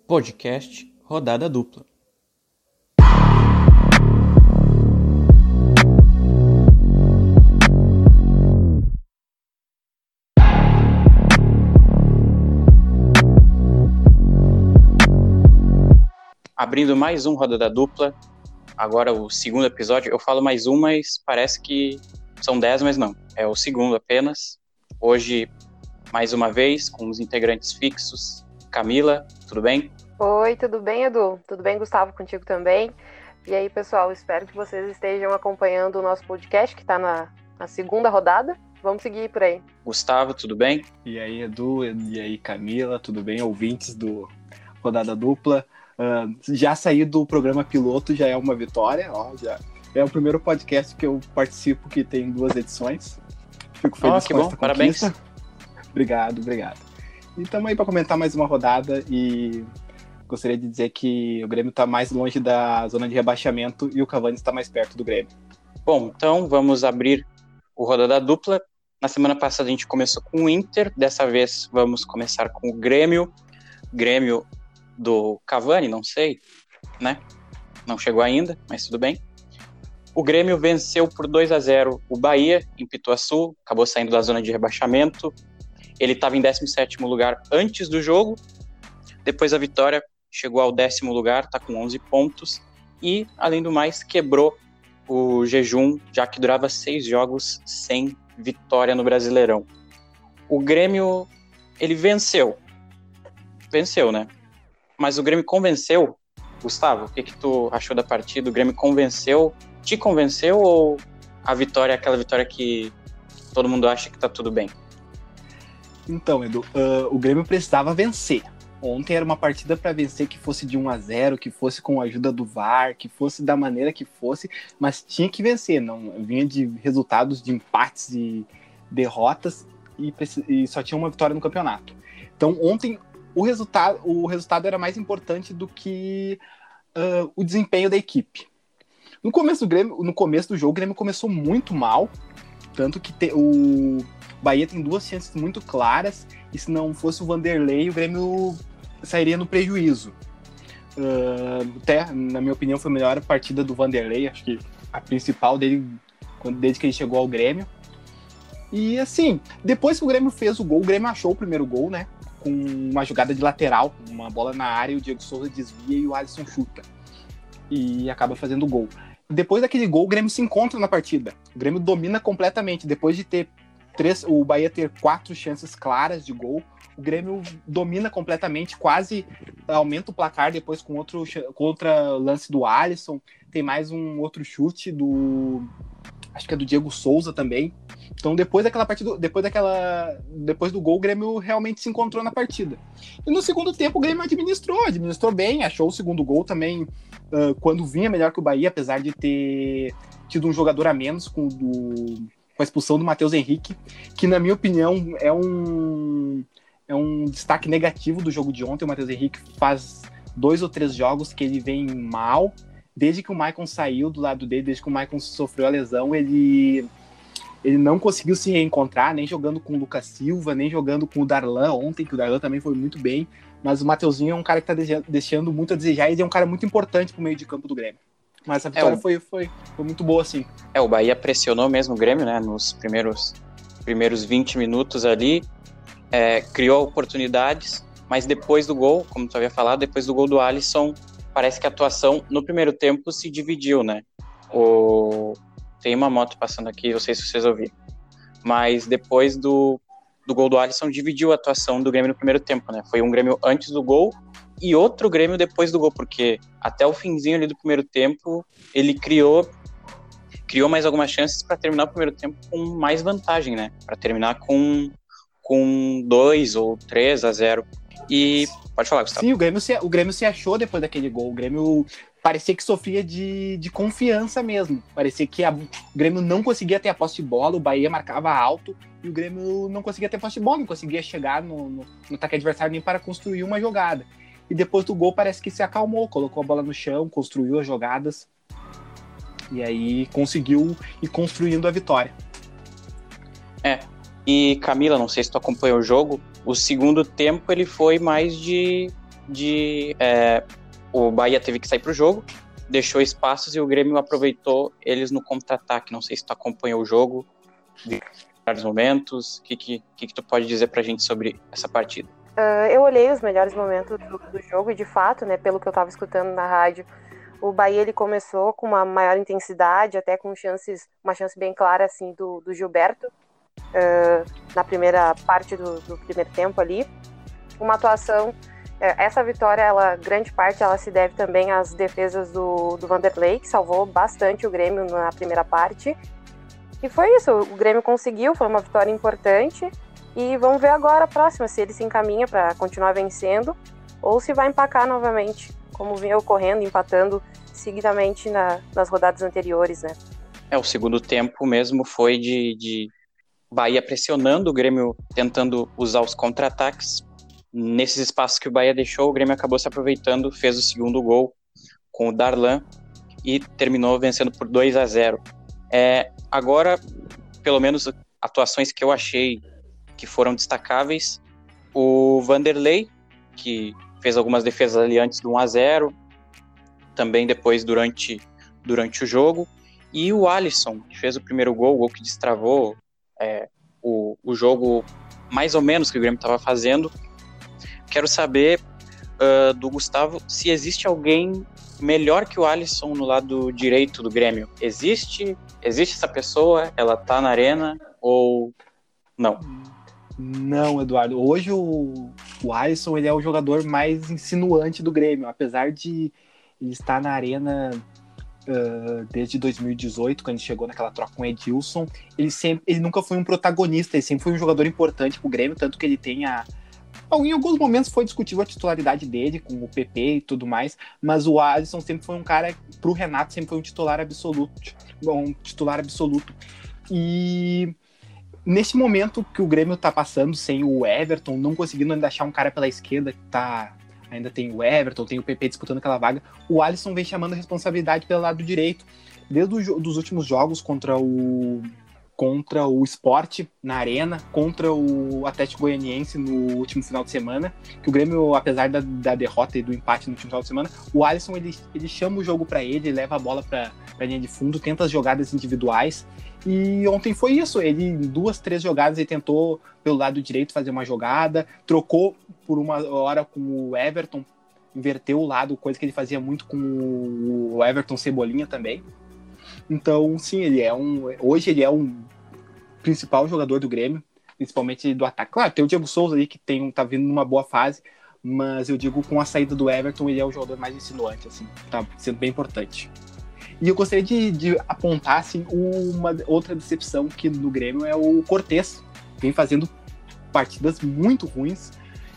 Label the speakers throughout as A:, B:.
A: Podcast Rodada Dupla. Abrindo mais um Rodada Dupla, agora o segundo episódio. Eu falo mais um, mas parece que são 10, mas não. É o segundo apenas. Hoje, mais uma vez, com os integrantes fixos. Camila, tudo bem?
B: Oi, tudo bem, Edu? Tudo bem, Gustavo, contigo também? E aí, pessoal, espero que vocês estejam acompanhando o nosso podcast, que está na segunda rodada. Vamos seguir por aí.
A: Gustavo, tudo bem?
C: E aí, Edu, e aí, Camila, tudo bem? Ouvintes do Rodada Dupla. Já saí do programa piloto, já é uma vitória. Já é o primeiro podcast que eu participo que tem 2 edições. Fico feliz
A: que
C: com
A: bom,
C: essa
A: parabéns.
C: conquista. Obrigado. E estamos aí para comentar mais uma rodada e gostaria de dizer que o Grêmio está mais longe da zona de rebaixamento e o Cavani está mais perto do Grêmio.
A: Bom, então vamos abrir o Rodada Dupla. Na semana passada a gente começou com o Inter, dessa vez vamos começar com o Grêmio do Cavani, não sei, né? Não chegou ainda, mas tudo bem. O Grêmio venceu por 2-0 o Bahia, em Pituaçu, acabou saindo da zona de rebaixamento. Ele estava em 17º lugar antes do jogo, depois da vitória chegou ao 10º lugar, está com 11 pontos, e, além do mais, quebrou o jejum, já que durava 6 jogos sem vitória no Brasileirão. O Grêmio, ele venceu, né? Mas o Grêmio convenceu. Gustavo, o que tu achou da partida? O Grêmio te convenceu ou a vitória é aquela vitória que todo mundo acha que tá tudo bem?
C: Então, Edu, o Grêmio precisava vencer. Ontem era uma partida para vencer, que fosse de 1-0, que fosse com a ajuda do VAR, que fosse da maneira que fosse, mas tinha que vencer. Não vinha de resultados de empates e derrotas e só tinha uma vitória no campeonato. Então, ontem o resultado era mais importante do que o desempenho da equipe. No começo do jogo, o Grêmio começou muito mal, tanto que o Bahia tem 2 chances muito claras, e se não fosse o Vanderlei, o Grêmio sairia no prejuízo. Até, na minha opinião, foi a melhor partida do Vanderlei, acho que a principal dele desde que ele chegou ao Grêmio. E assim, depois que o Grêmio fez o gol, o Grêmio achou o primeiro gol, né? Com uma jogada de lateral, uma bola na área, o Diego Souza desvia e o Alisson chuta. E acaba fazendo o gol. Depois daquele gol, o Grêmio se encontra na partida. O Grêmio domina completamente. Depois de ter o Bahia ter 4 chances claras de gol, o Grêmio domina completamente, quase aumenta o placar depois com outro lance do Alisson. Tem mais um outro chute acho que é do Diego Souza também. Então depois daquela partida, depois do gol, o Grêmio realmente se encontrou na partida. E no segundo tempo o Grêmio administrou bem, achou o segundo gol também quando vinha melhor que o Bahia, apesar de ter tido um jogador a menos com a expulsão do Matheus Henrique, que na minha opinião é um destaque negativo do jogo de ontem. O Matheus Henrique faz 2 ou 3 jogos que ele vem mal. Desde que o Maicon saiu do lado dele, desde que o Maicon sofreu a lesão, ele não conseguiu se reencontrar, nem jogando com o Lucas Silva, nem jogando com o Darlan ontem, que o Darlan também foi muito bem. Mas o Mateuzinho é um cara que está deixando muito a desejar, e ele é um cara muito importante pro meio de campo do Grêmio. Mas a vitória foi muito boa, sim.
A: O Bahia pressionou mesmo o Grêmio, né? Nos primeiros 20 minutos ali, criou oportunidades, mas depois do gol, como tu havia falado, depois do gol do Alisson, parece que a atuação no primeiro tempo se dividiu, né? Tem uma moto passando aqui, não sei se vocês ouviram. Mas depois do gol do Alisson, dividiu a atuação do Grêmio no primeiro tempo, né? Foi um Grêmio antes do gol e outro Grêmio depois do gol, porque até o finzinho ali do primeiro tempo, ele criou mais algumas chances para terminar o primeiro tempo com mais vantagem, né? Para terminar com 2 ou 3-0. E pode falar, Gustavo.
C: Sim, o Grêmio se achou depois daquele gol. O Grêmio parecia que sofria de confiança mesmo. Parecia que o Grêmio não conseguia ter a posse de bola, o Bahia marcava alto e o Grêmio não conseguia ter posse de bola, não conseguia chegar no ataque adversário nem para construir uma jogada. E depois do gol parece que se acalmou, colocou a bola no chão, construiu as jogadas e aí conseguiu ir construindo a vitória.
A: E Camila, não sei se tu acompanhou o jogo, o segundo tempo ele foi mais de o Bahia teve que sair pro jogo, deixou espaços e o Grêmio aproveitou eles no contra-ataque. Não sei se tu acompanhou o jogo, viu vários momentos. O que tu pode dizer pra gente sobre essa partida?
B: Eu olhei os melhores momentos do jogo e, de fato, né, pelo que eu estava escutando na rádio, o Bahia ele começou com uma maior intensidade, até com uma chance bem clara assim, do Gilberto, na primeira parte do primeiro tempo ali. Uma atuação, essa vitória, grande parte, ela se deve também às defesas do Vanderlei, que salvou bastante o Grêmio na primeira parte. E foi isso, o Grêmio conseguiu, foi uma vitória importante. E vamos ver agora a próxima, se ele se encaminha para continuar vencendo ou se vai empacar novamente, como vinha ocorrendo, empatando seguidamente nas rodadas anteriores, né?
A: O segundo tempo mesmo foi de Bahia pressionando, o Grêmio tentando usar os contra-ataques. Nesses espaços que o Bahia deixou, o Grêmio acabou se aproveitando, fez o segundo gol com o Darlan e terminou vencendo por 2-0. Agora, pelo menos atuações que eu achei que foram destacáveis, o Vanderlei, que fez algumas defesas ali antes do 1-0, também depois durante o jogo, e o Alisson, que fez o primeiro gol, o gol que destravou o jogo mais ou menos que o Grêmio estava fazendo. Quero saber do Gustavo se existe alguém melhor que o Alisson no lado direito do Grêmio. Existe essa pessoa? Ela tá na arena ou não?
C: Não, Eduardo. Hoje o Alisson ele é o jogador mais insinuante do Grêmio, apesar de ele estar na arena desde 2018, quando ele chegou naquela troca com o Edilson. Ele nunca foi um protagonista, ele sempre foi um jogador importante pro Grêmio, tanto que ele tem em alguns momentos foi discutível a titularidade dele com o PP e tudo mais, mas o Alisson sempre foi um cara, pro Renato, sempre foi um titular absoluto. E nesse momento que o Grêmio tá passando sem o Everton, não conseguindo ainda achar um cara pela esquerda que ainda tem o Everton, tem o PP disputando aquela vaga, o Alisson vem chamando a responsabilidade pelo lado direito. Desde os últimos jogos contra o Sport na Arena, contra o Atlético Goianiense no último final de semana, que o Grêmio, apesar da derrota e do empate no último final de semana, o Alisson ele chama o jogo para ele leva a bola para a linha de fundo, tenta as jogadas individuais, e ontem foi isso, ele em 2-3 jogadas ele tentou pelo lado direito fazer uma jogada, trocou por uma hora com o Everton, inverteu o lado, coisa que ele fazia muito com o Everton Cebolinha também. Então, sim, hoje ele é um principal jogador do Grêmio, principalmente do ataque. Claro, tem o Diego Souza ali que tá vindo numa boa fase, mas eu digo, com a saída do Everton, ele é o jogador mais insinuante, assim, tá sendo bem importante. E eu gostaria de apontar, assim, uma outra decepção que no Grêmio é o Cortez, vem fazendo partidas muito ruins.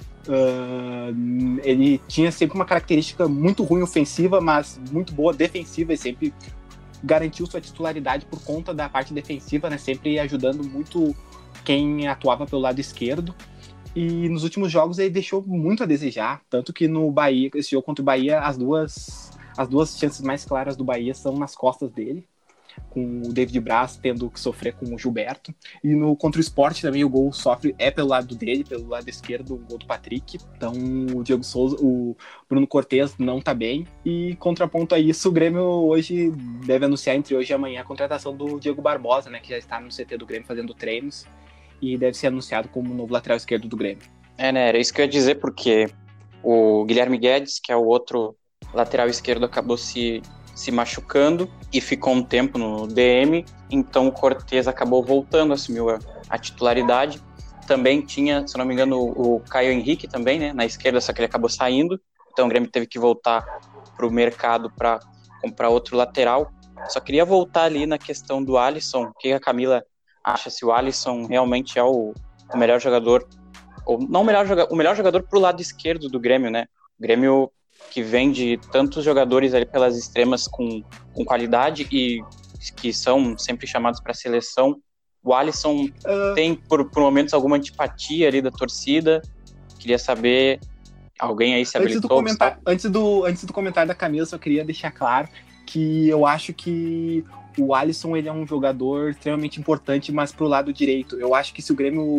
C: Ele tinha sempre uma característica muito ruim ofensiva, mas muito boa defensiva, e sempre garantiu sua titularidade por conta da parte defensiva, né? Sempre ajudando muito quem atuava pelo lado esquerdo. E nos últimos jogos ele deixou muito a desejar, tanto que no Bahia, esse jogo contra o Bahia, as duas chances mais claras do Bahia são nas costas dele, com o David Braz tendo que sofrer com o Gilberto. E contra o Sport também o gol pelo lado dele, pelo lado esquerdo, o gol do Patrick. Então o Diego Souza, o Bruno Cortez não tá bem. E contraponto a isso, o Grêmio hoje deve anunciar entre hoje e amanhã a contratação do Diego Barbosa, né, que já está no CT do Grêmio fazendo treinos e deve ser anunciado como novo lateral esquerdo do Grêmio.
A: Né, era isso que eu ia dizer, porque o Guilherme Guedes, que é o outro lateral esquerdo, acabou se machucando e ficou um tempo no DM, então o Cortez acabou voltando, assumiu a titularidade. Também tinha, se não me engano, o Caio Henrique também, né, na esquerda, só que ele acabou saindo, então o Grêmio teve que voltar para o mercado para comprar outro lateral. Só queria voltar ali na questão do Alisson, o que a Camila acha, se o Alisson realmente é o melhor jogador, ou não o melhor jogador para o lado esquerdo do Grêmio, né? O Grêmio que vem de tantos jogadores ali pelas extremas com qualidade e que são sempre chamados para a seleção. O Alisson tem, por momentos, alguma antipatia ali da torcida. Queria saber, alguém aí se habilitou?
C: Antes do comentário da Camila, só queria deixar claro que eu acho que o Alisson ele é um jogador extremamente importante, mas pro lado direito. Eu acho que se o Grêmio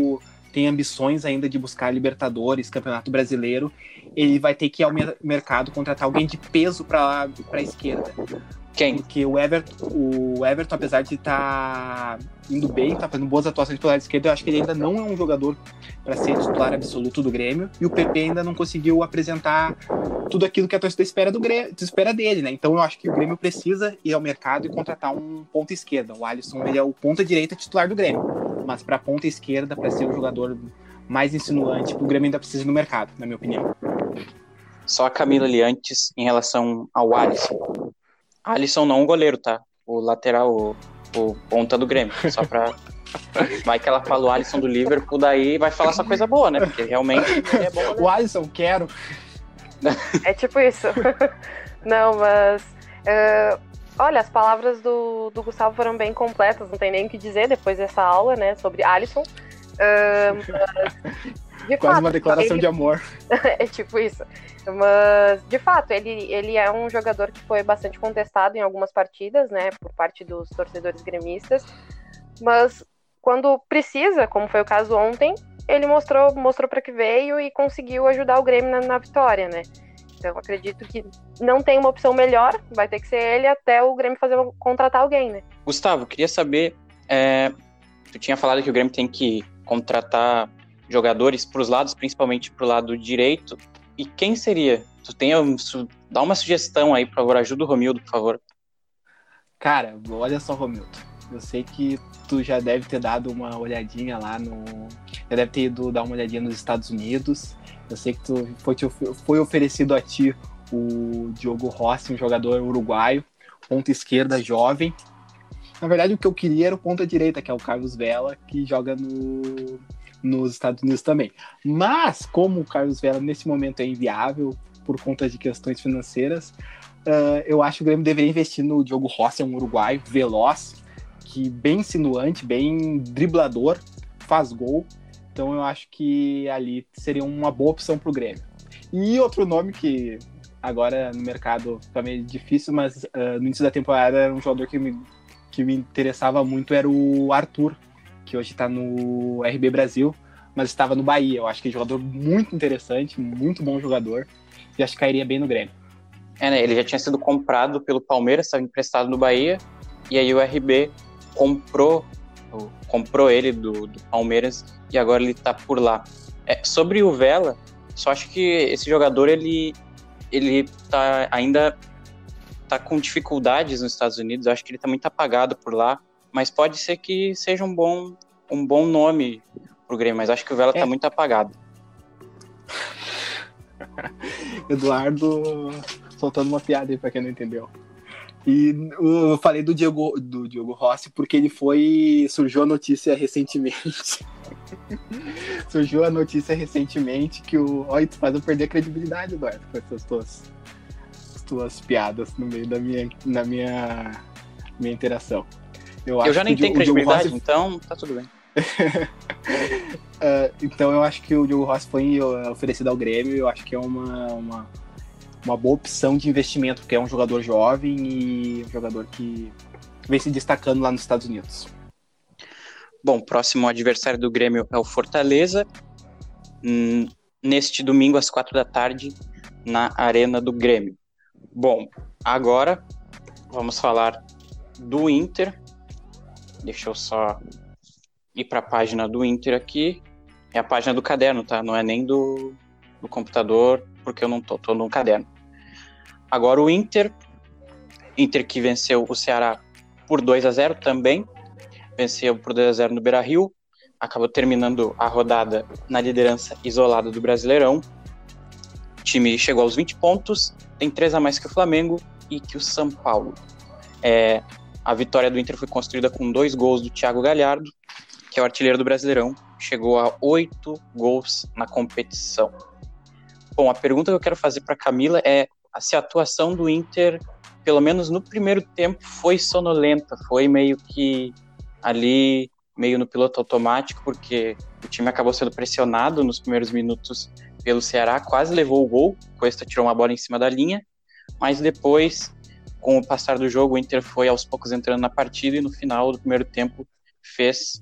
C: tem ambições ainda de buscar Libertadores, Campeonato Brasileiro, ele vai ter que ir ao mercado contratar alguém de peso para a esquerda.
A: Quem?
C: Porque o Everton, apesar de estar indo bem, tá fazendo boas atuações pelo lado esquerdo, eu acho que ele ainda não é um jogador para ser titular absoluto do Grêmio, e o PP ainda não conseguiu apresentar tudo aquilo que a torcida espera dele, né? Então eu acho que o Grêmio precisa ir ao mercado e contratar um ponta esquerda. O Alisson, ele é o ponta direita titular do Grêmio, mas para ponta esquerda, para ser o jogador mais insinuante, o Grêmio ainda precisa ir no mercado, na minha opinião.
A: Só a Camila ali antes, em relação ao Alisson. Alisson não o goleiro, tá? O lateral, o ponta do Grêmio. Só pra... Vai que ela fala o Alisson do Liverpool, daí vai falar só coisa boa, né? Porque realmente ele é bom goleiro.
C: O Alisson, quero.
B: É tipo isso. Não, mas... olha, as palavras do Gustavo foram bem completas, não tem nem o que dizer depois dessa aula, né? Sobre Alisson.
C: Quase uma declaração de amor.
B: É tipo isso. Mas, de fato, ele é um jogador que foi bastante contestado em algumas partidas, né? Por parte dos torcedores gremistas. Mas, quando precisa, como foi o caso ontem, ele mostrou para que veio e conseguiu ajudar o Grêmio na vitória, né? Então, acredito que não tem uma opção melhor, vai ter que ser ele até o Grêmio contratar alguém, né?
A: Gustavo, queria saber, tu tinha falado que o Grêmio tem que contratar jogadores para os lados, principalmente para o lado direito, e quem seria? Dá uma sugestão aí, por favor, ajuda o Romildo, por favor.
C: Cara, olha só, Romildo, eu sei que tu já deve ter dado uma olhadinha lá já deve ter ido dar uma olhadinha nos Estados Unidos. Eu sei que foi oferecido a ti o Diogo Rossi, um jogador uruguaio, ponta esquerda, jovem. Na verdade, o que eu queria era o ponta direita, que é o Carlos Vela, que joga nos Estados Unidos também. Mas, como o Carlos Vela nesse momento é inviável por conta de questões financeiras, eu acho que o Grêmio deveria investir no Diogo Rossi, um uruguaio veloz, que bem insinuante, bem driblador, faz gol. Então eu acho que ali seria uma boa opção para o Grêmio. E outro nome que agora no mercado fica meio difícil, mas no início da temporada era um jogador que me interessava muito, era o Arthur, que hoje está no RB Brasil, mas estava no Bahia. Eu acho que é um jogador muito interessante, muito bom jogador, e acho que cairia bem no Grêmio.
A: Né, ele já tinha sido comprado pelo Palmeiras, estava emprestado no Bahia, e aí o RB comprou ele do Palmeiras, e agora ele tá por lá. Sobre o Vela, só acho que esse jogador, ele ainda tá com dificuldades nos Estados Unidos, eu acho que ele tá muito apagado por lá, mas pode ser que seja um bom nome pro Grêmio, mas acho que o Vela tá muito apagado.
C: Eduardo soltando uma piada aí pra quem não entendeu. E eu falei do Diogo Rossi porque surgiu a notícia recentemente. Que Olha, tu faz eu perder a credibilidade, Eduardo, com essas tuas piadas no meio da minha interação. Eu
A: já nem tenho credibilidade, então tá tudo bem.
C: Então eu acho que o Diogo Rossi foi oferecido ao Grêmio, eu acho que é uma boa opção de investimento, porque é um jogador jovem e um jogador que vem se destacando lá nos Estados Unidos.
A: Bom, próximo adversário do Grêmio é o Fortaleza, neste domingo às 4 da tarde, na Arena do Grêmio. Bom, agora vamos falar do Inter. Deixa eu só ir para a página do Inter aqui. É a página do caderno, tá? Não é nem do computador, porque eu não tô no caderno. Agora o Inter que venceu o Ceará por 2-0 também, venceu por 2-0 no Beira-Rio, acabou terminando a rodada na liderança isolada do Brasileirão. O time chegou aos 20 pontos, tem 3 a mais que o Flamengo e que o São Paulo. A vitória do Inter foi construída com 2 gols do Thiago Galhardo, que é o artilheiro do Brasileirão, chegou a 8 gols na competição. Bom, a pergunta que eu quero fazer para Camila é se a atuação do Inter, pelo menos no primeiro tempo, foi sonolenta, foi meio que ali, meio no piloto automático, porque o time acabou sendo pressionado nos primeiros minutos pelo Ceará, quase levou o gol, o Cuesta tirou uma bola em cima da linha, mas depois, com o passar do jogo, o Inter foi aos poucos entrando na partida e no final do primeiro tempo fez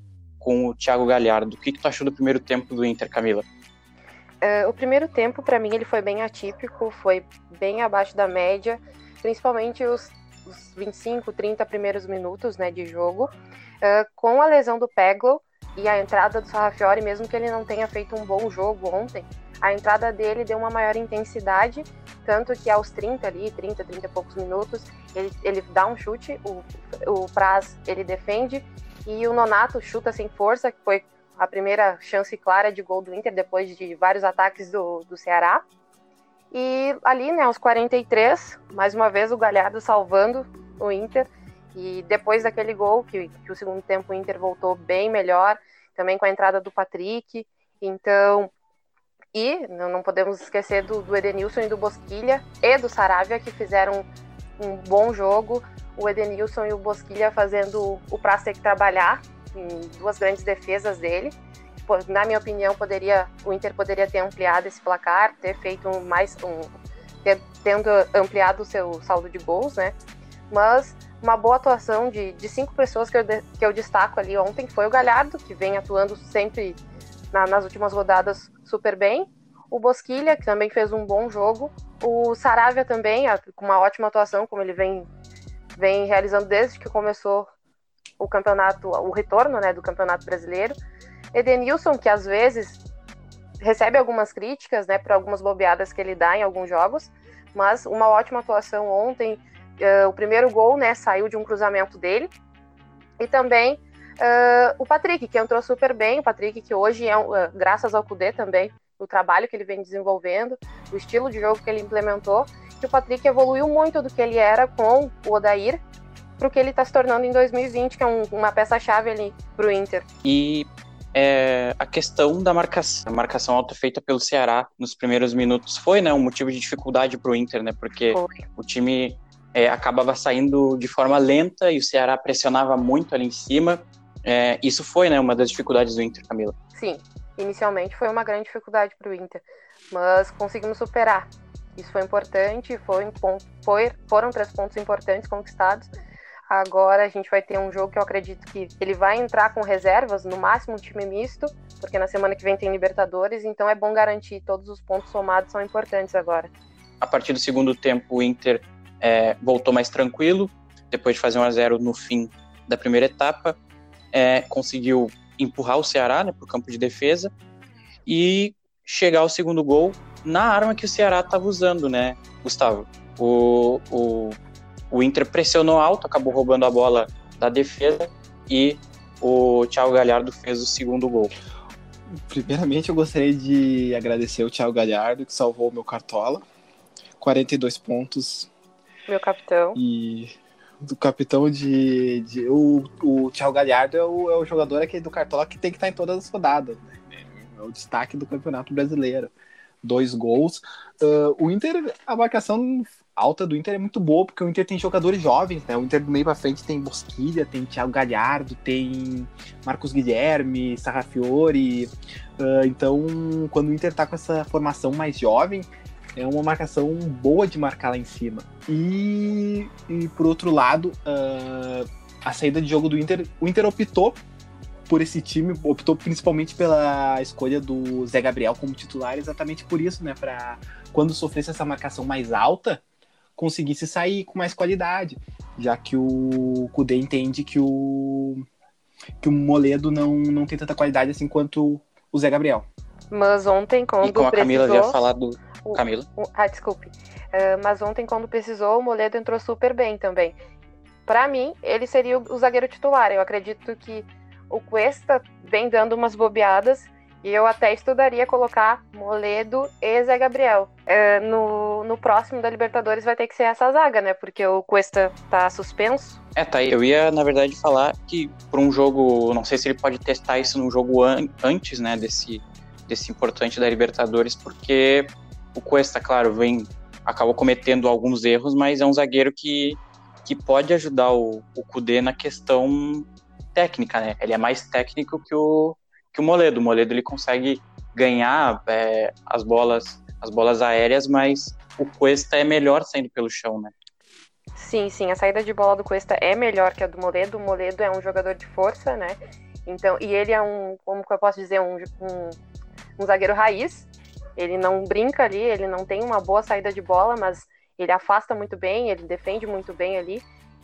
A: com o Thiago Galhardo. O que tu achou do primeiro tempo do Inter, Camila?
B: O primeiro tempo, para mim, ele foi bem atípico, foi bem abaixo da média, principalmente os 25, 30 primeiros minutos, né, de jogo. Com a lesão do Peglo e a entrada do Sarrafiori, mesmo que ele não tenha feito um bom jogo ontem, a entrada dele deu uma maior intensidade, tanto que aos 30 e poucos minutos, ele dá um chute, o Praz ele defende, e o Nonato chuta sem força, que foi a primeira chance clara de gol do Inter, depois de vários ataques do Ceará. E ali, né, aos 43, mais uma vez o Galhardo salvando o Inter, e depois daquele gol, que o segundo tempo o Inter voltou bem melhor, também com a entrada do Patrick, então... E não podemos esquecer do Edenilson e do Bosquilha e do Saravia, que fizeram um bom jogo. O Edenilson e o Bosquilha fazendo o Praz ter que trabalhar em duas grandes defesas dele. Na minha opinião, o Inter poderia ter ampliado esse placar, ter feito tendo ampliado o seu saldo de gols, né? Mas uma boa atuação de 5 pessoas que eu destaco ali ontem foi o Galhardo, que vem atuando sempre nas últimas rodadas super bem. O Bosquilha, que também fez um bom jogo. O Saravia também, com uma ótima atuação, como ele vem realizando desde que começou o campeonato, o retorno, né, do Campeonato Brasileiro. Edenilson, que às vezes recebe algumas críticas, né, por algumas bobeadas que ele dá em alguns jogos, mas uma ótima atuação ontem. O primeiro gol, né, saiu de um cruzamento dele. E também o Patrick, que entrou super bem. O Patrick, que hoje graças ao Kudê também, o trabalho que ele vem desenvolvendo, o estilo de jogo que ele implementou, que o Patrick evoluiu muito do que ele era com o Odair para o que ele está se tornando em 2020, que é uma peça-chave ali para o Inter.
A: E a questão da marcação, a marcação alta feita pelo Ceará nos primeiros minutos foi, né, um motivo de dificuldade para o Inter, né, porque o time acabava saindo de forma lenta e o Ceará pressionava muito ali em cima. Isso foi, né, uma das dificuldades do Inter, Camila.
B: Sim, inicialmente foi uma grande dificuldade para o Inter, mas conseguimos superar. Isso foi importante, foram 3 pontos importantes conquistados. Agora a gente vai ter um jogo que eu acredito que ele vai entrar com reservas, no máximo um time misto, porque na semana que vem tem Libertadores, então é bom garantir, todos os pontos somados são importantes agora.
A: A partir do segundo tempo o Inter voltou mais tranquilo, depois de fazer 1-0 no fim da primeira etapa, conseguiu empurrar o Ceará, né, para o campo de defesa e chegar ao segundo gol na arma que o Ceará estava usando, né, Gustavo? O Inter pressionou alto, acabou roubando a bola da defesa e o Thiago Galhardo fez o segundo gol.
C: Primeiramente, eu gostaria de agradecer o Thiago Galhardo, que salvou o meu Cartola. 42 pontos. Meu capitão. E do capitão o Thiago Galhardo é o jogador aqui do Cartola que tem que estar em todas as rodadas, né? É o destaque do Campeonato Brasileiro. 2 gols. O Inter, a marcação alta do Inter é muito boa, porque o Inter tem jogadores jovens, né? O Inter do meio pra frente tem Bosquilha, tem Thiago Galhardo, tem Marcos Guilherme, Sarrafiori. Então, quando o Inter tá com essa formação mais jovem, é uma marcação boa de marcar lá em cima. E por outro lado, a saída de jogo do Inter, o Inter optou por esse time, optou principalmente pela escolha do Zé Gabriel como titular, exatamente por isso, né? Para quando sofresse essa marcação mais alta, conseguisse sair com mais qualidade, já que o Kudê entende que o Moledo não tem tanta qualidade assim quanto o Zé Gabriel.
B: Mas ontem, quando
A: e com a Camila havia falado... Camila?
B: Desculpe. Mas ontem, quando precisou, o Moledo entrou super bem também. Para mim, ele seria o zagueiro titular. Eu acredito que o Cuesta vem dando umas bobeadas e eu até estudaria colocar Moledo e Zé Gabriel. No próximo da Libertadores vai ter que ser essa zaga, né? Porque o Cuesta tá suspenso.
A: Tá aí. Eu ia, na verdade, falar que por um jogo, não sei se ele pode testar isso num jogo antes, né, desse importante da Libertadores, porque o Cuesta, claro, acabou cometendo alguns erros, mas é um zagueiro que pode ajudar o Kudê na questão técnica, né? Ele é mais técnico que o Moledo. O Moledo ele consegue ganhar as bolas aéreas, mas o Cuesta é melhor saindo pelo chão, né?
B: Sim, a saída de bola do Cuesta é melhor que a do Moledo. O Moledo é um jogador de força, né? Então, e ele é como que eu posso dizer, um zagueiro raiz. Ele não brinca ali, ele não tem uma boa saída de bola, mas ele afasta muito bem, ele defende muito bem ali.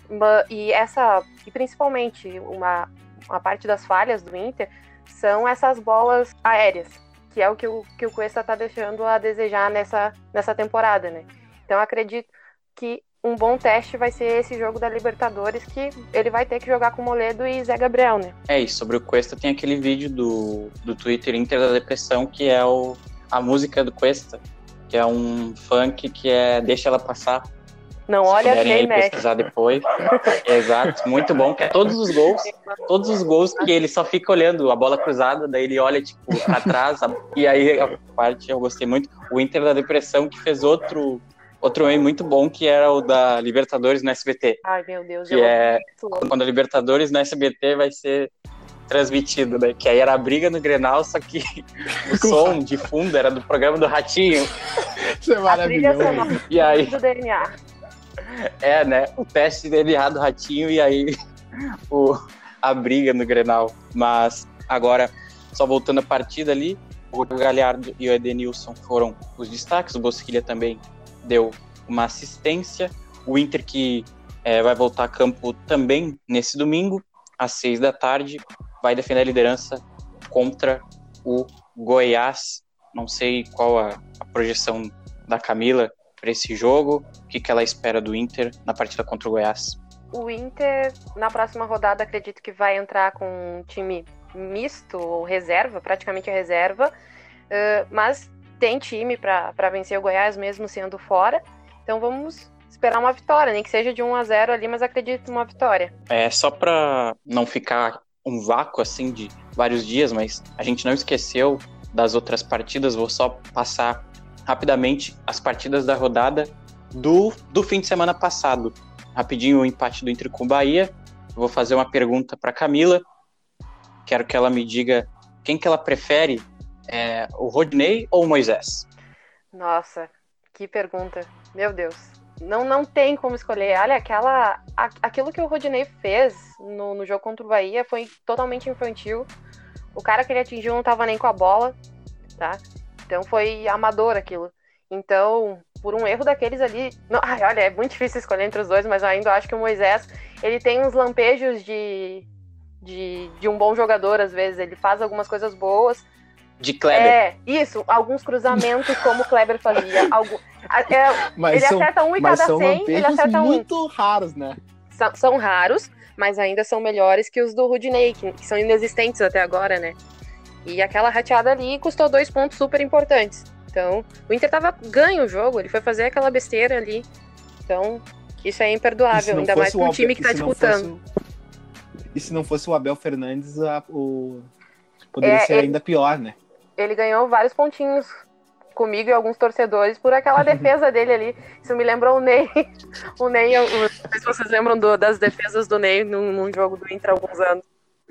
B: E principalmente uma parte das falhas do Inter são essas bolas aéreas, que é o que o Cuesta está deixando a desejar nessa temporada, né? Então acredito que um bom teste vai ser esse jogo da Libertadores, que ele vai ter que jogar com Moledo e Zé Gabriel, né?
A: E sobre o Cuesta tem aquele vídeo do Twitter Inter da Depressão, que é a música do Cuesta, que é um funk que é Deixa Ela Passar.
B: Não olha
A: quem
B: aí, mexe.
A: Pesquisar depois. Exato, muito bom, que é todos os gols que ele só fica olhando a bola cruzada, daí ele olha tipo pra trás, e aí a parte eu gostei muito, o Inter da Depressão, que fez outro meme muito bom, que era o da Libertadores no SBT.
B: Ai, meu Deus.
A: Que é quando a Libertadores no SBT vai ser transmitido, né? Que aí era a briga no Grenal, só que o som de fundo era do programa do Ratinho.
C: Isso é maravilhoso.
A: E aí
B: do DNA.
A: Né? O teste de DNA do Ratinho e aí a briga no Grenal. Mas agora, só voltando à partida ali, o Galhardo e o Edenilson foram os destaques, o Bosquilha também deu uma assistência, o Inter que vai voltar a campo também nesse domingo, às 6h, vai defender a liderança contra o Goiás. Não sei qual a projeção da Camila para esse jogo, o que ela espera do Inter na partida contra o Goiás.
B: O Inter, na próxima rodada, acredito que vai entrar com um time misto, ou reserva, praticamente reserva, mas tem time para vencer o Goiás mesmo sendo fora, então vamos esperar uma vitória, nem que seja de 1-0 ali, mas acredito numa vitória.
A: Só para não ficar um vácuo assim de vários dias, mas a gente não esqueceu das outras partidas, vou só passar rapidamente as partidas da rodada do fim de semana passado. Rapidinho o empate do Inter com o Bahia. Eu vou fazer uma pergunta para Camila, quero que ela me diga quem que ela prefere, o Rodinei ou o Moisés?
B: Nossa, que pergunta, meu Deus. Não tem como escolher. Olha, aquilo que o Rodinei fez no jogo contra o Bahia foi totalmente infantil. O cara que ele atingiu não tava nem com a bola, tá? Então foi amador aquilo. Então, por um erro daqueles ali... olha, é muito difícil escolher entre os dois, mas eu ainda acho que o Moisés, ele tem uns lampejos de um bom jogador, às vezes. Ele faz algumas coisas boas.
A: De Kleber.
B: Isso, alguns cruzamentos como o Kleber fazia. Ele acerta um em cada 100, ele acerta um.
C: Muito raros, né?
B: São raros, mas ainda são melhores que os do Rodinei, que são inexistentes até agora, né? E aquela rateada ali custou 2 pontos super importantes. Então, o Inter tava ganho o jogo, ele foi fazer aquela besteira ali. Então, isso é imperdoável, ainda mais com um time que tá disputando.
C: E se não fosse o Abel Fernandes, poderia ser ainda pior, né?
B: Ele ganhou vários pontinhos comigo e alguns torcedores por aquela defesa dele ali. Isso me lembrou o Ney. O Ney, eu não sei se vocês lembram das defesas do Ney num jogo do Inter há alguns anos.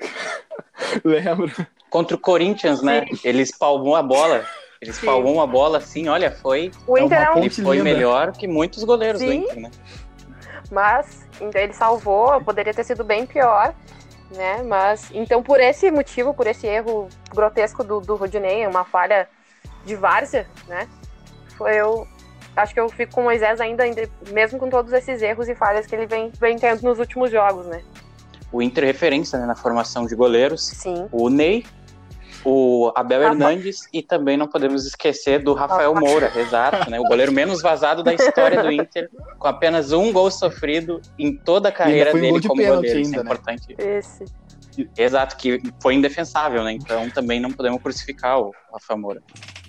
C: Lembro.
A: Contra o Corinthians, né?
B: Sim.
A: Ele espalmou a bola. Ele espalmou uma bola assim, olha, foi...
B: O Inter
A: ele foi melhor que muitos goleiros do Inter, né?
B: Mas ele salvou, poderia ter sido bem pior, né? Mas, então, por esse motivo, por esse erro grotesco do Rodinei, uma falha de várzea, né? Eu acho que eu fico com o Moisés ainda, mesmo com todos esses erros e falhas que ele vem tendo nos últimos jogos, né?
A: O Inter referência, né, na formação de goleiros.
B: Sim.
A: O Ney, o Abel Hernandes e também não podemos esquecer do Rafael Moura, exato, né? O goleiro menos vazado da história do Inter, com apenas um gol sofrido em toda a carreira dele como goleiro. Isso é importante.
B: Esse.
A: Exato, que foi indefensável, né? Então também não podemos crucificar o Rafael Moura.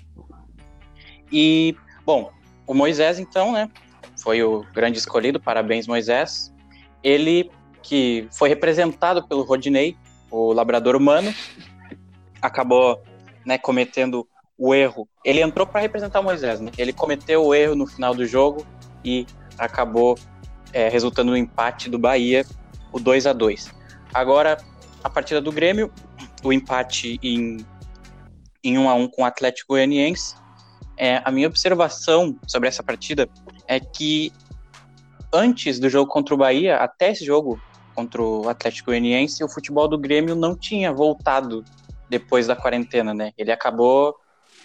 A: E, bom, o Moisés, então, né? Foi o grande escolhido, parabéns, Moisés. Ele que foi representado pelo Rodinei, o labrador humano, acabou, né, cometendo o erro. Ele entrou para representar o Moisés, né? Ele cometeu o erro no final do jogo e acabou resultando no empate do Bahia, o 2-2. Agora, a partida do Grêmio, o empate em 1-1 com o Atlético Goianiense. A minha observação sobre essa partida é que antes do jogo contra o Bahia, até esse jogo contra o Atlético Goianiense, e o futebol do Grêmio não tinha voltado depois da quarentena, né? Ele acabou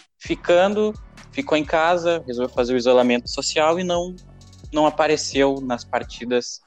A: ficou em casa, resolveu fazer o isolamento social e não apareceu nas partidas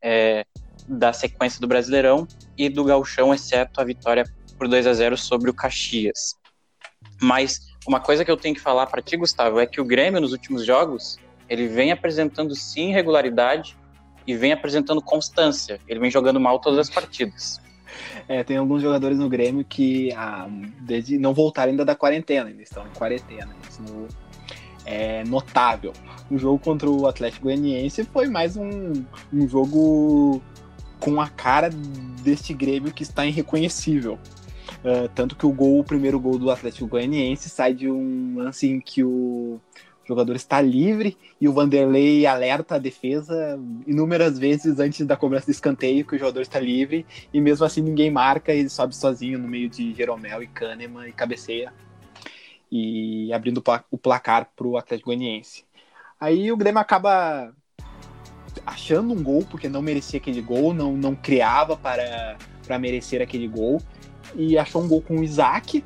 A: da sequência do Brasileirão e do Gauchão, exceto a vitória por 2-0 sobre o Caxias. Mas uma coisa que eu tenho que falar para ti, Gustavo, é que o Grêmio nos últimos jogos, ele vem apresentando sim regularidade e vem apresentando constância. Ele vem jogando mal todas as partidas.
C: Tem alguns jogadores no Grêmio que desde não voltaram ainda da quarentena, ainda estão em quarentena. Isso é notável. O jogo contra o Atlético Goianiense foi mais um jogo com a cara deste Grêmio que está irreconhecível. Tanto que o primeiro gol do Atlético Goianiense sai de um lance em que o jogador está livre e o Vanderlei alerta a defesa inúmeras vezes antes da cobrança de escanteio que o jogador está livre e mesmo assim ninguém marca, ele sobe sozinho no meio de Jeromel e Kahneman e cabeceia e abrindo o placar para o Atlético Goianiense. Aí o Grêmio acaba achando um gol porque não merecia aquele gol, não criava para merecer aquele gol e achou um gol com o Isaac.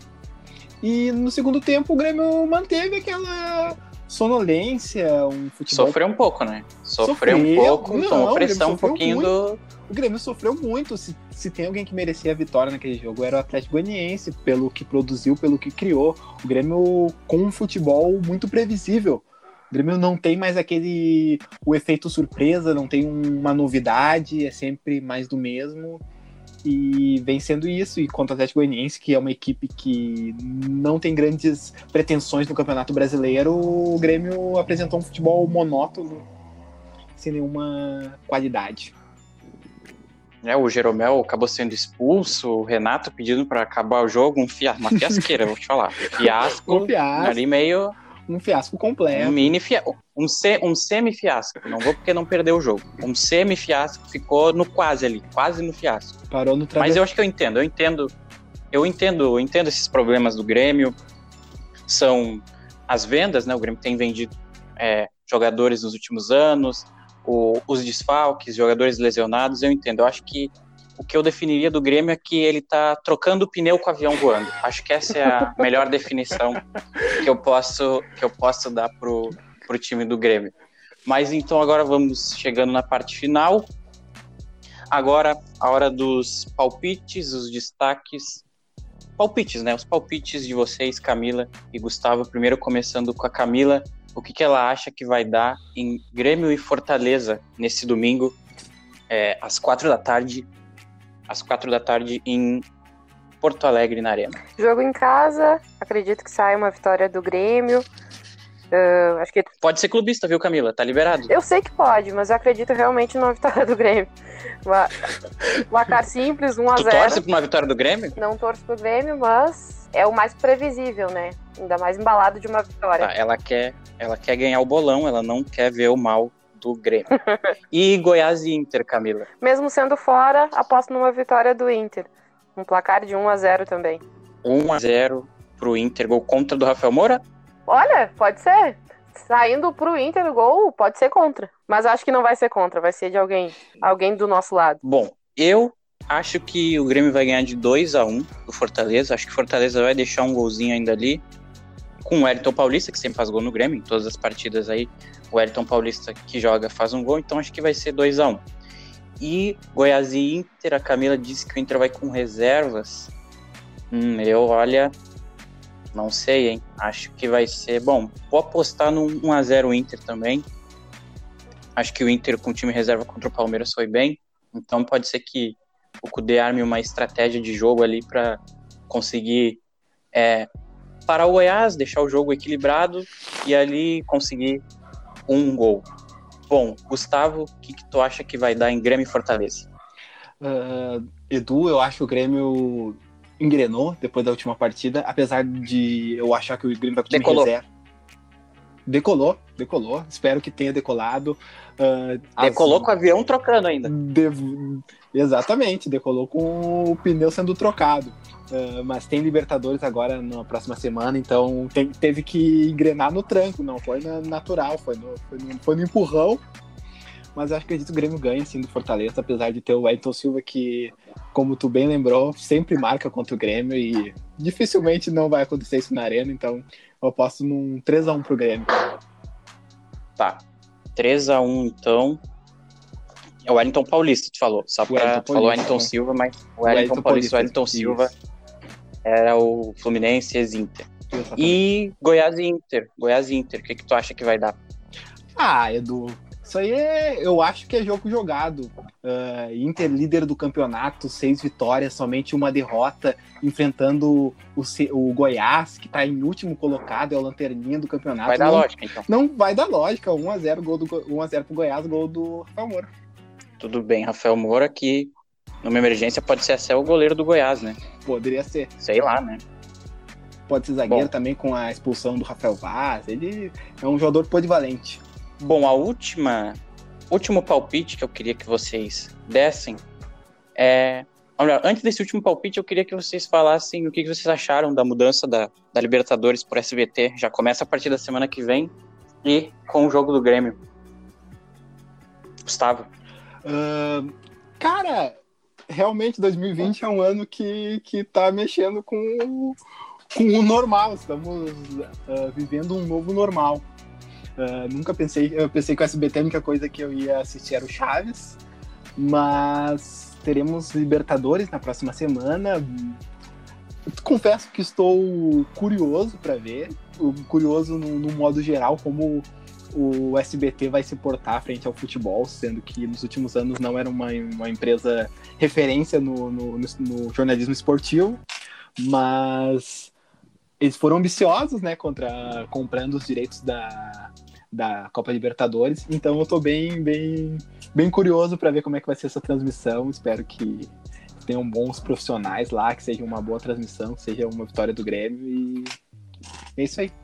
C: E no segundo tempo o Grêmio manteve aquela sonolência, um futebol...
A: Sofreu um pouco, né? Sofreu um pouco, tomou pressão um pouquinho
C: muito. O Grêmio sofreu muito. Se tem alguém que merecia a vitória naquele jogo, era o Atlético Goianiense, pelo que produziu, pelo que criou. O Grêmio com um futebol muito previsível. O Grêmio não tem mais o efeito surpresa, não tem uma novidade, é sempre mais do mesmo. E vem sendo isso, e contra o Atlético Goianiense, que é uma equipe que não tem grandes pretensões no Campeonato Brasileiro, o Grêmio apresentou um futebol monótono, sem nenhuma qualidade.
A: O Jeromel acabou sendo expulso, o Renato pedindo para acabar o jogo, uma fiasqueira, vou te falar. Fiasco, ali meio...
C: Um fiasco completo.
A: Um mini fiasco. Um semi-fiasco. Não vou porque não perdeu o jogo. Um semi-fiasco ficou no quase no fiasco.
C: Parou no
A: Mas eu acho que eu entendo esses problemas do Grêmio. São as vendas, né? O Grêmio tem vendido jogadores nos últimos anos, os desfalques, jogadores lesionados, eu entendo. Eu acho que o que eu definiria do Grêmio é que ele tá trocando o pneu com o avião voando. Acho que essa é a melhor definição que eu posso dar pro time do Grêmio. Mas então agora vamos chegando na parte final. Agora a hora dos palpites, os destaques. Palpites, né? Os palpites de vocês, Camila e Gustavo. Primeiro começando com a Camila. O que ela acha que vai dar em Grêmio e Fortaleza nesse domingo, às 4h da tarde em Porto Alegre, na Arena.
B: Jogo em casa, acredito que saia uma vitória do Grêmio. Acho que...
A: Pode ser clubista, viu, Camila? Tá liberado.
B: Eu sei que pode, mas eu acredito realmente numa vitória do Grêmio. Placar simples, 1-0.
A: Tu torce pra uma vitória do Grêmio?
B: Não torço pro Grêmio, mas é o mais previsível, né? Ainda mais embalado de uma vitória.
A: Ela quer ganhar o bolão, ela não quer ver o mal do Grêmio. E Goiás e Inter, Camila?
B: Mesmo sendo fora, aposto numa vitória do Inter. Um placar de 1-0 também.
A: 1-0 pro Inter, gol contra do Rafael Moura?
B: Olha, pode ser. Saindo pro Inter o gol, pode ser contra. Mas acho que não vai ser contra, vai ser de alguém do nosso lado.
A: Bom, eu acho que o Grêmio vai ganhar de 2-1 do Fortaleza. Acho que o Fortaleza vai deixar um golzinho ainda ali. Com o Wellington Paulista, que sempre faz gol no Grêmio, em todas as partidas aí. O Wellington Paulista que joga faz um gol, então acho que vai ser 2-1. E Goiás e Inter, a Camila disse que o Inter vai com reservas. Olha, não sei, hein? Acho que vai ser... Bom, vou apostar no 1-0 Inter também. Acho que o Inter com o time reserva contra o Palmeiras foi bem. Então pode ser que o Cudê arme uma estratégia de jogo ali para conseguir parar o Goiás, deixar o jogo equilibrado e ali conseguir um gol. Bom, Gustavo, o que tu acha que vai dar em Grêmio e Fortaleza?
C: Edu, eu acho que o Grêmio engrenou depois da última partida, apesar de eu achar que o Grêmio vai com o time reserva. Decolou. Espero que tenha decolado.
A: Decolou com o avião trocando ainda.
C: Exatamente, decolou com o pneu sendo trocado. Mas tem Libertadores agora na próxima semana, então teve que engrenar no tranco, não foi natural, foi no empurrão. mas eu acho que acredito que o Grêmio ganha, sim, do Fortaleza, apesar de ter o Wellington Silva, que, como tu bem lembrou, sempre marca contra o Grêmio e dificilmente não vai acontecer isso na Arena, então eu aposto num 3-1 pro Grêmio.
A: Tá. 3-1, então. É o Wellington Paulista, tu falou. Só pra... Tu falou Wellington Silva, mas o Wellington Paulista, o Wellington Silva era o Fluminense e ex-Inter. E Goiás e Inter. Goiás e Inter, o que tu acha que vai dar?
C: Edu, isso aí eu acho que é jogo jogado. Inter líder do campeonato, 6 vitórias, somente uma derrota, enfrentando o Goiás, que tá em último colocado, é o lanterninha do campeonato.
A: Vai dar lógica, então.
C: Não vai dar lógica, 1-0 pro Goiás, gol do Rafael Moura.
A: Tudo bem, Rafael Moura, que numa emergência pode ser até o goleiro do Goiás, né?
C: Poderia ser.
A: Sei lá, né?
C: Pode ser zagueiro também, com a expulsão do Rafael Vaz. Ele é um jogador polivalente.
A: Bom, último palpite que eu queria que vocês dessem antes desse último palpite, eu queria que vocês falassem o que vocês acharam da mudança da Libertadores por SBT. Já começa a partir da semana que vem e com o jogo do Grêmio. Gustavo?
C: Cara, realmente 2020 é um ano que tá mexendo com o normal. Estamos vivendo um novo normal. Eu pensei que o SBT a única coisa que eu ia assistir era o Chaves, mas teremos Libertadores na próxima semana. Confesso que estou curioso para ver, curioso no modo geral, como o SBT vai se portar frente ao futebol, sendo que nos últimos anos não era uma empresa referência no jornalismo esportivo, mas eles foram ambiciosos, né, comprando os direitos da Copa Libertadores, então eu tô bem curioso para ver como é que vai ser essa transmissão. Espero que tenham bons profissionais lá, que seja uma boa transmissão, que seja uma vitória do Grêmio, e é isso aí.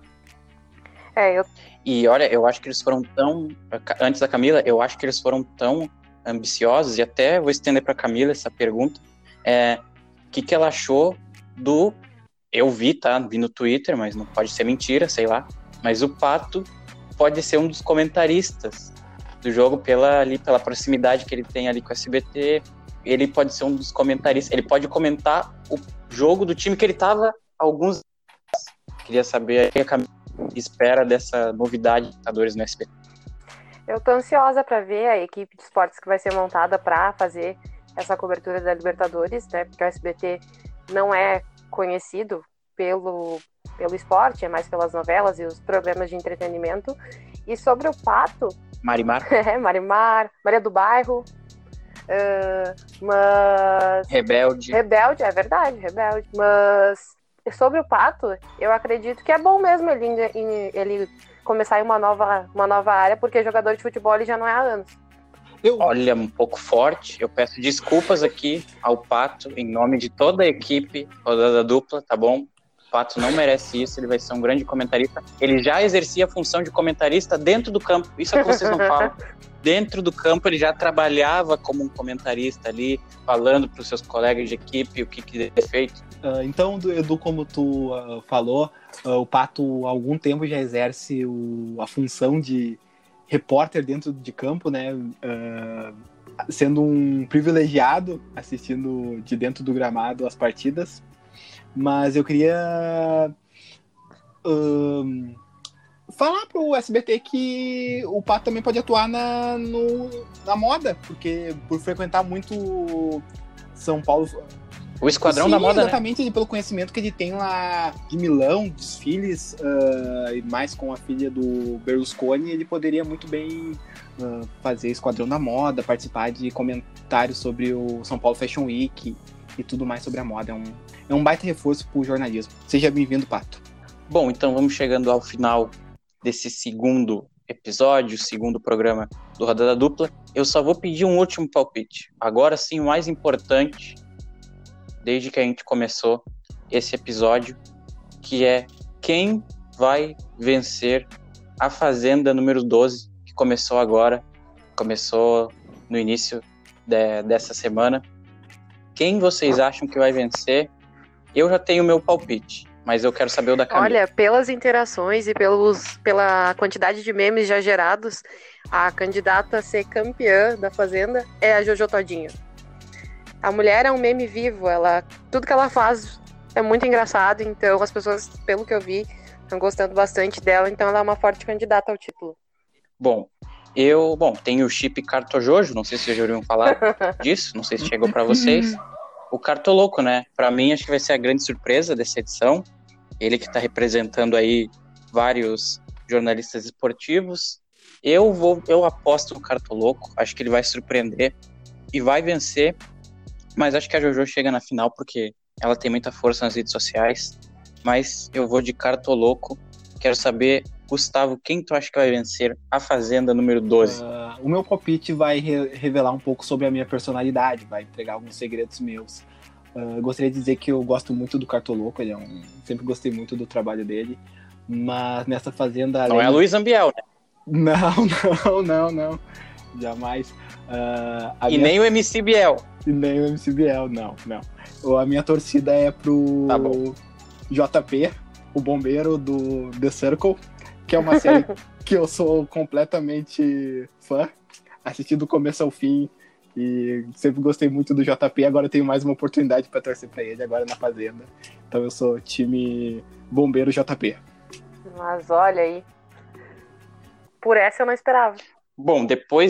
A: E olha, eu acho que eles foram tão... Antes da Camila, eu acho que eles foram tão ambiciosos, e até vou estender para a Camila essa pergunta, o que ela achou do... Eu vi no Twitter, mas não pode ser mentira, sei lá, mas o Pato pode ser um dos comentaristas do jogo pela proximidade que ele tem ali com o SBT. Ele pode ser um dos comentaristas, ele pode comentar o jogo do time que ele estava alguns anos. Queria saber o que a Camila espera dessa novidade de Libertadores no SBT.
B: Eu tô ansiosa para ver a equipe de esportes que vai ser montada para fazer essa cobertura da Libertadores, né? Porque o SBT não é conhecido pelo esporte, é mais pelas novelas e os programas de entretenimento. E sobre o Pato...
A: Marimar,
B: Maria do Bairro, mas...
A: Rebelde,
B: é verdade, Rebelde. Mas sobre o Pato, eu acredito que é bom mesmo ele começar em uma nova área, porque jogador de futebol ele já não é há anos.
A: Olha, um pouco forte. Eu peço desculpas aqui ao Pato, em nome de toda a equipe Rodada Dupla, tá bom? O Pato não merece isso, ele vai ser um grande comentarista. Ele já exercia a função de comentarista dentro do campo, isso é o que vocês não falam. Dentro do campo ele já trabalhava como um comentarista ali, falando para os seus colegas de equipe o que deve ser feito.
C: Então, Edu, como tu falou, o Pato há algum tempo já exerce a função de repórter dentro de campo, né? Sendo um privilegiado assistindo de dentro do gramado as partidas. Mas eu queria falar pro SBT que o Pato também pode atuar na moda, porque por frequentar muito São Paulo...
A: O esquadrão da moda,
C: exatamente, né? Pelo conhecimento que ele tem lá de Milão, desfiles, e mais com a filha do Berlusconi, ele poderia muito bem fazer esquadrão da moda, participar de comentários sobre o São Paulo Fashion Week e tudo mais sobre a moda. É um baita reforço pro jornalismo. Seja bem-vindo, Pato.
A: Bom, então vamos chegando ao final desse segundo episódio, segundo programa do Rodada Dupla. Eu só vou pedir um último palpite. Agora sim, o mais importante desde que a gente começou esse episódio, que é quem vai vencer a Fazenda número 12, que começou agora, começou no início dessa semana. Quem vocês acham que vai vencer? Eu já tenho meu palpite, mas eu quero saber o da Camila.
B: Olha, pelas interações e pela quantidade de memes já gerados, a candidata a ser campeã da Fazenda é a Jojo Todinho. A mulher é um meme vivo, tudo que ela faz é muito engraçado, então as pessoas, pelo que eu vi, estão gostando bastante dela, então ela é uma forte candidata ao título.
A: Bom, tem o chip Cartojojo, não sei se vocês já ouviram falar disso, não sei se chegou pra vocês. O Cartoloco, né? Pra mim, acho que vai ser a grande surpresa dessa edição. Ele que tá representando aí vários jornalistas esportivos. Eu aposto no Cartoloco, acho que ele vai surpreender e vai vencer, mas acho que a Jojo chega na final porque ela tem muita força nas redes sociais, mas eu vou de Cartoloco. Quero saber, Gustavo, quem tu acha que vai vencer a Fazenda número 12?
C: O meu palpite vai revelar um pouco sobre a minha personalidade, vai entregar alguns segredos meus. Gostaria de dizer que eu gosto muito do Cartoloco, sempre gostei muito do trabalho dele, mas nessa Fazenda...
A: Não é a Luiz Ambiel, né?
C: Não, jamais.
A: Nem o MC Biel.
C: E nem o MC Biel, não. A minha torcida é pro JP, o bombeiro do The Circle, que é uma série que eu sou completamente fã, assisti do começo ao fim e sempre gostei muito do JP. Agora tenho mais uma oportunidade para torcer para ele agora na Fazenda, então eu sou time bombeiro JP.
B: Mas olha aí, por essa eu não esperava.
A: Bom,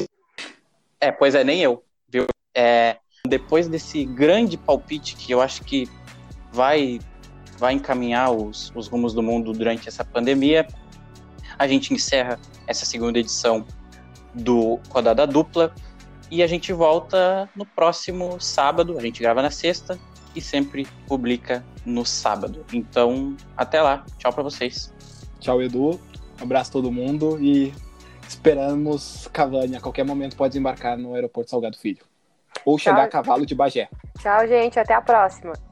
A: nem eu, viu? Depois desse grande palpite que eu acho que vai encaminhar os rumos do mundo durante essa pandemia, a gente encerra essa segunda edição do Rodada Dupla e a gente volta no próximo sábado. A gente grava na sexta e sempre publica no sábado. Então, até lá. Tchau pra vocês.
C: Tchau, Edu. Um abraço a todo mundo e esperamos Cavani. A qualquer momento pode desembarcar no aeroporto Salgado Filho. Ou chegar a cavalo de Bagé.
B: Tchau, gente. Até a próxima.